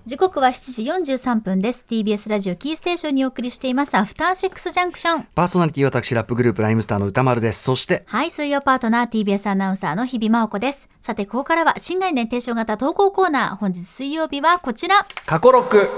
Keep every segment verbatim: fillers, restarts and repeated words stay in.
時刻はしちじよんじゅうさんぷんです。 ティービーエス ラジオキーステーションにお送りしていますアフターシックスジャンクション。 パーソナリティは私ラップグループライムスターの歌丸です。そしてはい、水曜パートナー ティービーエス アナウンサーの日々真央子です。さてここからは新概念提唱型投稿コーナー。本日水曜日はこちら、 過去ロック。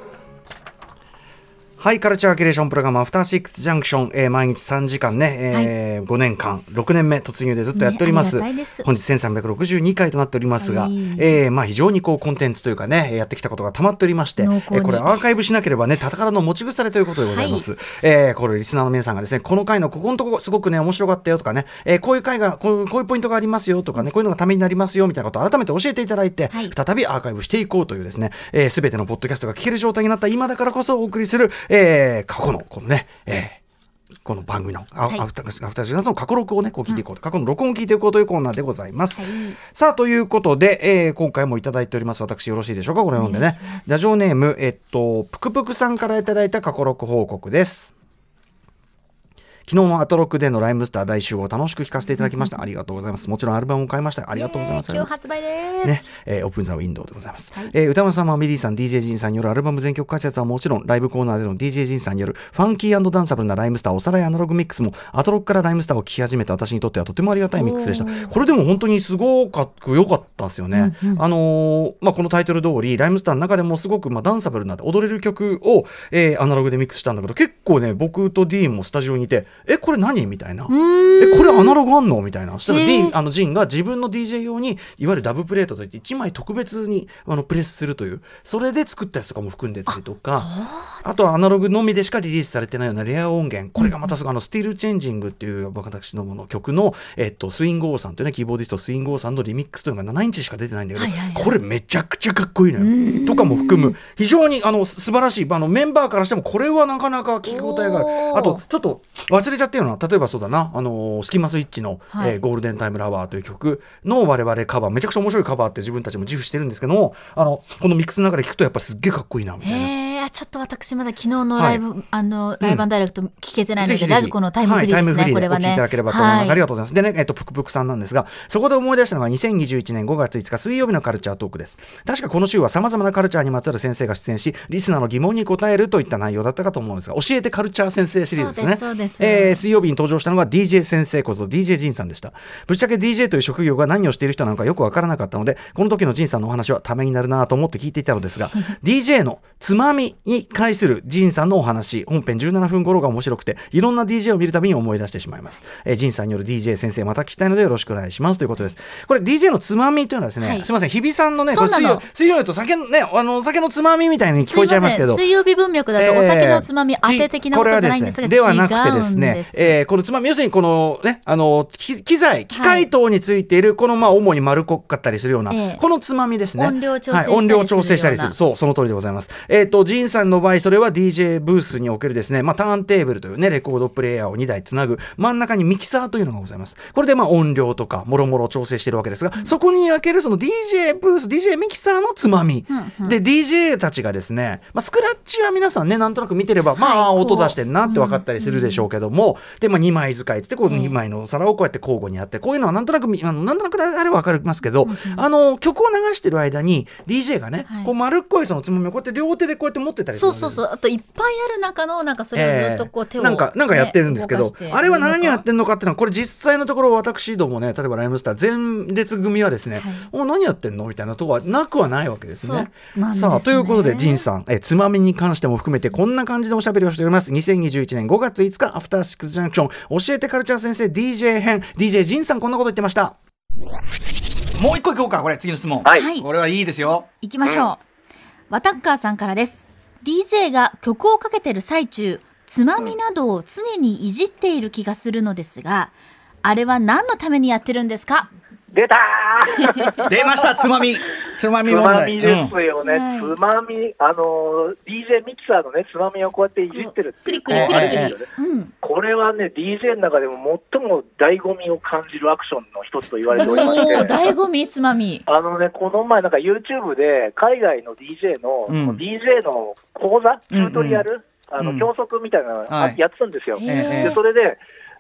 はい、カルチャーキュレーションプログラムアフターシックスジャンクション、えー、毎日さんじかんね、えーはい、ごねんかんろくねんめ突入でずっとやっております、ね、す本日せんさんびゃくろくじゅうにかいとなっておりますが、はい、えーまあ、非常にこうコンテンツというかねやってきたことが溜まっておりまして、えー、これアーカイブしなければね宝の持ち腐れということでございます、はい、えー、これリスナーの皆さんがですねこの回のここのとこすごくね面白かったよとかね、えー、こういう回がこう、こういうポイントがありますよとかねこういうのがためになりますよみたいなことを改めて教えていただいて、はい、再びアーカイブしていこうというですね、えー、全てのポッドキャストが聞ける状態になった今だからこそお送りする、えー、過去のこのね、えー、この番組のアフターシックスの過去録をねこう聞いていこうと、うん、過去の録音を聞いていこうというコーナーでございます、はい、さあということで、えー、今回もいただいております。私よろしいでしょうか。これ読んでね、ラジオネームえっとぷくぷくさんからいただいた過去録報告です。昨日のアトロクでのライムスター大集合楽しく聞かせていただきました。ありがとうございます。もちろんアルバムを買いました。ありがとうございます。 今日発売です、 ねえー、オープンザウィンドウでございます、はい。えー、歌丸さんはミリーさん ディージェー ジンさんによるアルバム全曲解説はもちろんライブコーナーでの ディージェー ジンさんによるファンキー&ダンサブルなライムスターおさらいアナログミックスもアトロクからライムスターを聴き始めた私にとってはとてもありがたいミックスでした。これでも本当にすごく良かったんですよね、うんうん。あのーまあ、このタイトル通りライムスターの中でもすごくまあダンサブルな踊れる曲を、えー、アナログでミックスしたんだけど結構ね僕と D もスタジオにいてえこれ何みたいなえこれアナログあんのみたいな。そしたら D、あのジンが自分の ディージェー 用にいわゆるダブプレートといっていちまい特別にあのプレスするというそれで作ったやつとかも含んでたりとか あ, あとはアナログのみでしかリリースされてないようなレア音源、これがまたすごいあのスティールチェンジングっていう私どもの曲の、えっと、スイングオーさんというねキーボーディストスイングオーさんのリミックスというのがななインチしか出てないんだけど、はいはいはい、これめちゃくちゃかっこいいのよとかも含む非常にあの素晴らしいあのメンバーからしてもこれはなかなか聞き応えがある。あとちょっと忘れちゃってるのは例えばそうだなあのスキマスイッチの、はいえー、ゴールデンタイムラバーという曲の我々カバーめちゃくちゃ面白いカバーって自分たちも自負してるんですけどもあのこのミックスの中で聞くとやっぱすっげえかっこいいなみたいな。 へーちょっと私まだ昨日のライブ、はい、あのライブダイレクト聞けてないので、うん、ぜひぜひラジコのタイムフリーですね、はい、タイムフリーでこれはねお聞きいただければと思います、はい、ありがとうございます。でね、えっと、ぷくぷくさんなんですがそこで思い出したのがにせんにじゅういちねんごがついつか水曜日のカルチャートークです。確かこの週はさまざまなカルチャーにまつわる先生が出演しリスナーの疑問に答えるといった内容だったかと思うんですが教えてカルチャー先生シリーズですね。そうですそうです、えー、水曜日に登場したのが ディージェー 先生こと ディージェー ジンさんでした。ぶっちゃけ ディージェー という職業が何をしている人なのかよくわからなかったのでこの時のジンさんのお話はためになるなと思って聞いていたのですがディージェー のつまみに関するジンさんのお話本編じゅうななふん頃が面白くていろんな ディージェー を見るたびに思い出してしまいます。えー、ジンさんによる ディージェー 先生また聞きたいのでよろしくお願いしますということです。これ ディージェー のつまみというのはですね、はい、すいません日比さんのねこれ水曜水曜日と酒のねあのお酒のつまみみたいに聞こえちゃいますけど水曜日文脈だとお酒のつまみ当て的なことじゃないんですが、 えー、ではなくてですね、えー、このつまみ要するにこのねあの機材機械等についているこのまあ主に丸っこかったりするような、えー、このつまみですね。 音量調整したりするような、はい、 音量調整したりするそうその通りでございます。えっとジンさんの場合それは ディージェー ブースにおけるですね、まあ、ターンテーブルというねレコードプレイヤーをにだいつなぐ真ん中にミキサーというのがございます。これでまあ音量とかもろもろ調整しているわけですが、うん、そこにおけるその ディージェー ブース ディージェー ミキサーのつまみ、うんうん、で ディージェー たちがですね、まあ、スクラッチは皆さんねなんとなく見てれば、はい、まあ音出してんなって分かったりするでしょうけども、うん、で、まあ、にまい使いつってこうにまいのお皿をこうやって交互にやってこういうのはなんとなくあのなんとなくあれ分かりますけど、うんうん、あの曲を流してる間に ディージェー がね、はい、こう丸っこいそのつまみをこうやって両手でこうやって持ってたりするんです。 そうそうそうあといっぱいある中のなんかそれをずっとこう手を、ねえー、なんかなんかやってるんですけどあれは何やってんのかっていうのはこれ実際のところ私どもね例えばライムスター前列組はですね、はい、お何やってんのみたいなところはなくはないわけですね。 そうさあということでジンさんえつまみに関しても含めてこんな感じでおしゃべりをしております。にせんにじゅういちねんごがついつかアフターシックスジャンクション教えてカルチャー先生 ディージェー 編 ディージェー ジンさんこんなこと言ってました。もう一個いこうかこれ次の質問、はい、これはいいですよ。 いきましょう、うん、ワタッカーさんからです。 ディージェー が曲をかけてる最中つまみなどを常にいじっている気がするのですが、あれは何のためにやってるんですか？ 出たー出ましたつまみつまみ問題つまみですよね、うん、つまみあの ディージェー ミキサーのねつまみをこうやっていじってるっていう、 クリクリクリクリ、 ねうん、これはね ディージェー の中でも最も醍醐味を感じるアクションの一つと言われておりまして醍醐味つまみあのねこの前なんか YouTube で海外の ディージェー の、うん、ディージェー の講座チュートリアル、うんうん、あの教則みたいなの、うん、やってたんですよ、はい、でそれで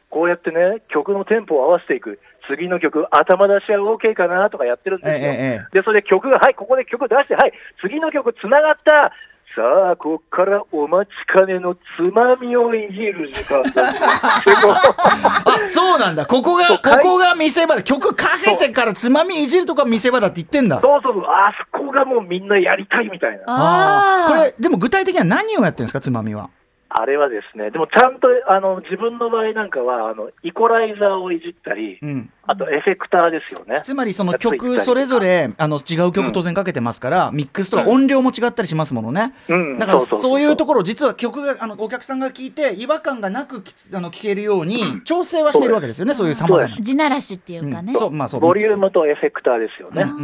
こうやってね曲のテンポを合わせていく、次の曲頭出しは OK かなとかやってるんですよ、 えええでそれで曲がはいここで曲出して、はい次の曲つながった、さあここからお待ちかねのつまみをいじる時間だあ、そうなんだ、ここがここが見せ場だ、曲かけてからつまみいじるとか見せ場だって言ってんだ。 そうそうそう、あそこがもうみんなやりたいみたいな。 ああ、これでも具体的には何をやってるんですか、つまみは。 あれはですね、でもちゃんとあの自分の場合なんかはあのイコライザーをいじったり、うん、あとエフェクターですよね。 つまりその曲それぞれあの違う曲当然かけてますから、うん、ミックスとか音量も違ったりしますものね、うん、だからそういうところ実は曲があのお客さんが聴いて違和感がなくあの聴けるように調整はしているわけですよね、そういうさまざまな地ならしっていうかね、 うん、そうまあそうボリュームとエフェクターですよね、うんうん、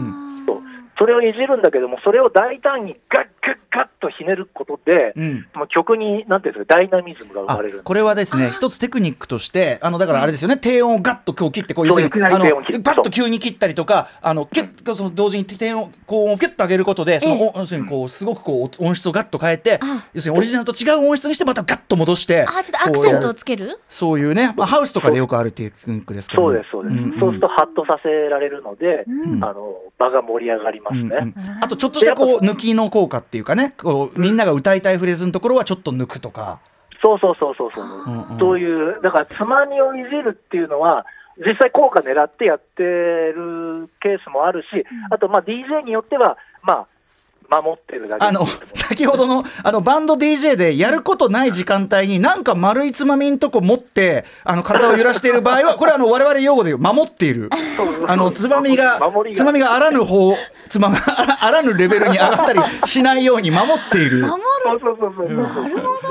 そうそれをいじるんだけども、それを大胆にガッガッガッとひねることで、うん、曲になんていうんですか、ダイナミズムが生まれる。 これはですね、一つテクニックとしてあのだからあれですよね、うん、低音をガッとこう切ってこう要するにあのパッと急に切ったりとか、あのキュッとその同時に低音高音をキュッと上げることで、その要するにこうすごくこう音質をガッと変えて、要するにオリジナルと違う音質にしてまたガッと戻して、 あちょっとアクセントをつける、 そういうね、まあ、ハウスとかでよくあるテクニックですけど、 そうですそうです、うんうん、そうするとハッとさせられるので、うん、あの場が盛り上がりますね、うんうん、 あとちょっとしたこう抜きの効果っていうかね、こうみんなが歌いたいフレーズのところはちょっと抜くとか、 そうそうそうそうそう、うんうん、そういうだからつまみをいじるっていうのは実際効果狙ってやってるケースもあるし、あとまあ ディージェー によってはまあ守ってるだけ。 あの先ほどのあのバンド ディージェー でやることない時間帯になんか丸いつまみんとこ持ってあの体を揺らしている場合はこれはあの我々用語で言う守っているあのつまみがつまみがあらぬ方つまみあらぬレベルに上がったりしないように守っている。 守る。 そうそうそうそう。 なるほどね。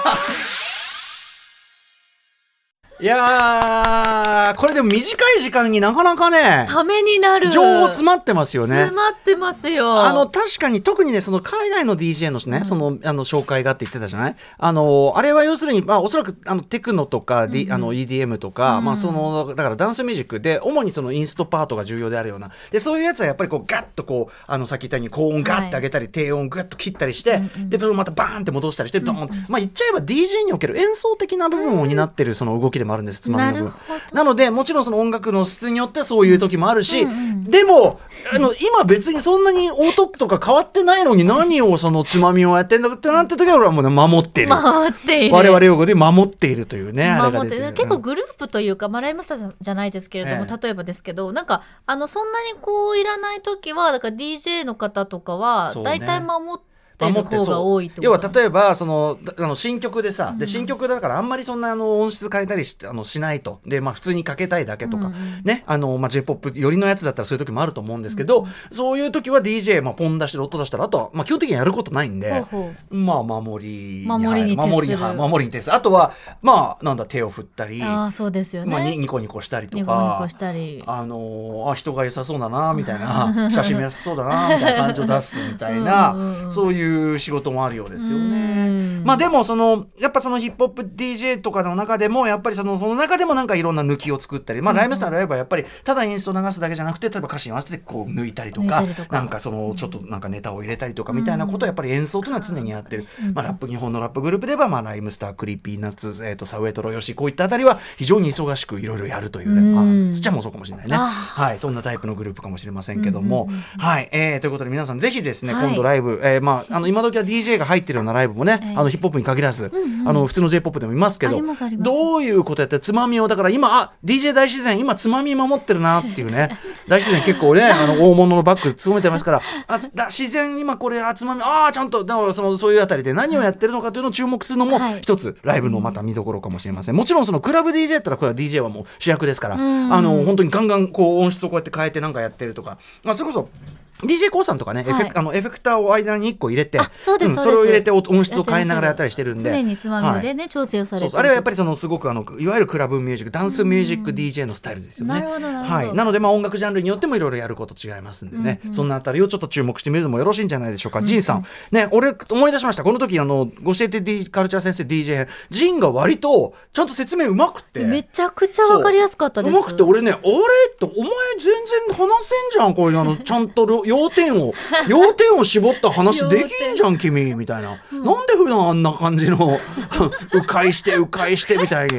いやーこれでも短い時間になかなかねためになる情報詰まってますよね。 詰まってますよ。 あの確かに特にねその海外の ディージェー のね、うん、そのあの紹介がって言ってたじゃない。あのあれは要するにまあおそらくあのテクノとか、D うん、あの イーディーエム とか、うん、まあそのだからダンスミュージックで主にそのインストパートが重要であるようなでそういうやつはやっぱりこうガッとこうあのさっき言ったように高音ガッと上げたり、はい、低音ガッと切ったりして、うん、でそれをまたバーンって戻したりして、うん、ドーン、まあ言っちゃえば ディージェー における演奏的な部分を担ってるその動きでもあるんです、つまみの部分。なのでもちろんその音楽の質によってそういう時もあるし、うんうん、でもあの今別にそんなにオートとか変わってないのに何をそのつまみをやってんだってなって時は俺はもう、ね、守っている守っている我々用語で守っているというね。 守っている結構グループというか、まあ、ライムスターじゃないですけれども、ええ、例えばですけどなんかあのそんなにこういらない時はだから ディージェー の方とかは大体守って守ってそう要は例えばそのあの新曲でさ、うん、で新曲だからあんまりそんなあの音質変えたり し, あのしないとで、まあ、普通にかけたいだけとか、うんうんねあのまあ、J-ポップ 寄りのやつだったらそういう時もあると思うんですけど、うん、そういう時は ディージェー、まあ、ポン出して音出したらあとは、まあ、基本的にやることないんでほうほうまあ守りに守りに徹する守りに、守りに徹するあとはまあなんだ手を振ったりあそうですよね、 まあ、ニコニコしたりとかニコニコしたりあのあ人が良さそうだなみたいな親しみやすそうだなみたいな感じを出すみたいなうん、そういう仕事もあるようですよね。まあでもそのやっぱそのヒップホップ ディージェー とかの中でもやっぱりそのその中でもなんかいろんな抜きを作ったり、まあライムスターのライブはやっぱりただインスト流すだけじゃなくて例えば歌詞に合わせてこう抜いたりとかなんかそのちょっとなんかネタを入れたりとかみたいなことをやっぱり演奏というのは常にやってる。まあラップ日本のラップグループではまあライムスタークリーピーナッツえっとサウエトロヨシこういったあたりは非常に忙しくいろいろやるというね。あ、スチャもそうかもしれないね。はいそんなタイプのグループかもしれませんけどもはいえーということで皆さんぜひですね今度ライブえまああの今時は ディージェー が入ってるようなライブもね、えー、あのヒップホップに限らず、うんうん、あの普通の J-ポップ でもいますけどどういうことやってつまみをだから今あ ディージェー 大自然今つまみ守ってるなっていうね大自然結構ねあの大物のバッグ務めてますからあだ自然今これあつまみあちゃんとだからそのそういうあたりで何をやってるのかというのを注目するのも一つライブのまた見どころかもしれません。もちろんそのクラブ ディージェー だったらこれは ディージェー はもう主役ですから、うん、あの本当にガンガンこう音質をこうやって変えてなんかやってるとか、まあ、それこそディージェー コーさんとかね、はい、エフェク、あのエフェクターを間にいっこ入れてそうです、うん、 それを入れて音質を変えながらやったりしてるんで常につまみでね、はい、調整をされてる。 そうそうあれはやっぱりそのすごくあのいわゆるクラブミュージックダンスミュージック ディージェー のスタイルですよね。 なるほどなるほど、 はい、なのでまあ音楽ジャンルによってもいろいろやること違いますんでね、うんうん、そんなあたりをちょっと注目してみるのもよろしいんじゃないでしょうか。うんうん、ジンさんね俺思い出しましたこの時あのご教えて D カルチャー先生 ディージェー ジンが割とちゃんと説明うまくてめちゃくちゃわかりやすかったです。 うまくて俺ねあれってお前全然話せんじゃんこういうあのちゃんと要点を要点を絞った話できんじゃん君みたいな、うん、なんで普段あんな感じの迂回して迂回してみたいに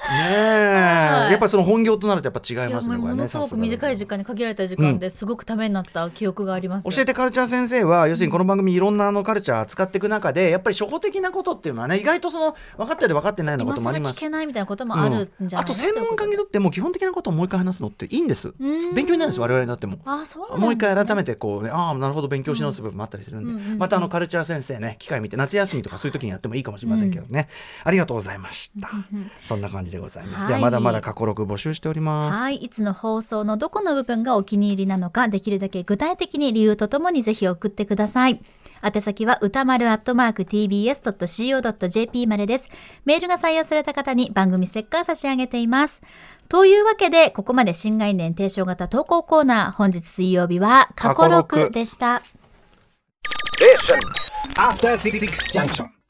えやっぱりその本業となるとやっぱ違いますね。 ものすごく短い時間に限られた時間ですごくためになった記憶があります、 うん、教えてカルチャー先生は要するにこの番組いろんなあのカルチャー扱っていく中でやっぱり初歩的なことっていうのはね意外とその分かってて分かってないようなこともあります。 今更聞けないみたいなこともあるんじゃない、うん、 あと専門家にとっても基本的なことをもう一回話すのっていいんです。勉強になるんです我々にとっても。 あ、そうなんですね。 もう一回改めてこう、ね、ああなるほど勉強し直す部分もあったりするんで、うんうんうんうん、またあのカルチャー先生ね機会見て夏休みとかそういう時にやってもいいかもしれませんけどね、うん、ありがとうございました、うんうん、そんな感じでございます、はい、ではまだまだ過去録募集しております。 はい、いつの放送のどこの部分がお気に入りなのかできるだけ具体的に理由とともにぜひ送ってください。宛先は歌丸アットマーク ティービーエスドットシーオードットジェーピー までです。メールが採用された方に番組ステッカー差し上げています。というわけでここまで新概念提唱型投稿コーナー、本日水曜日は過去録でした。After Six Junction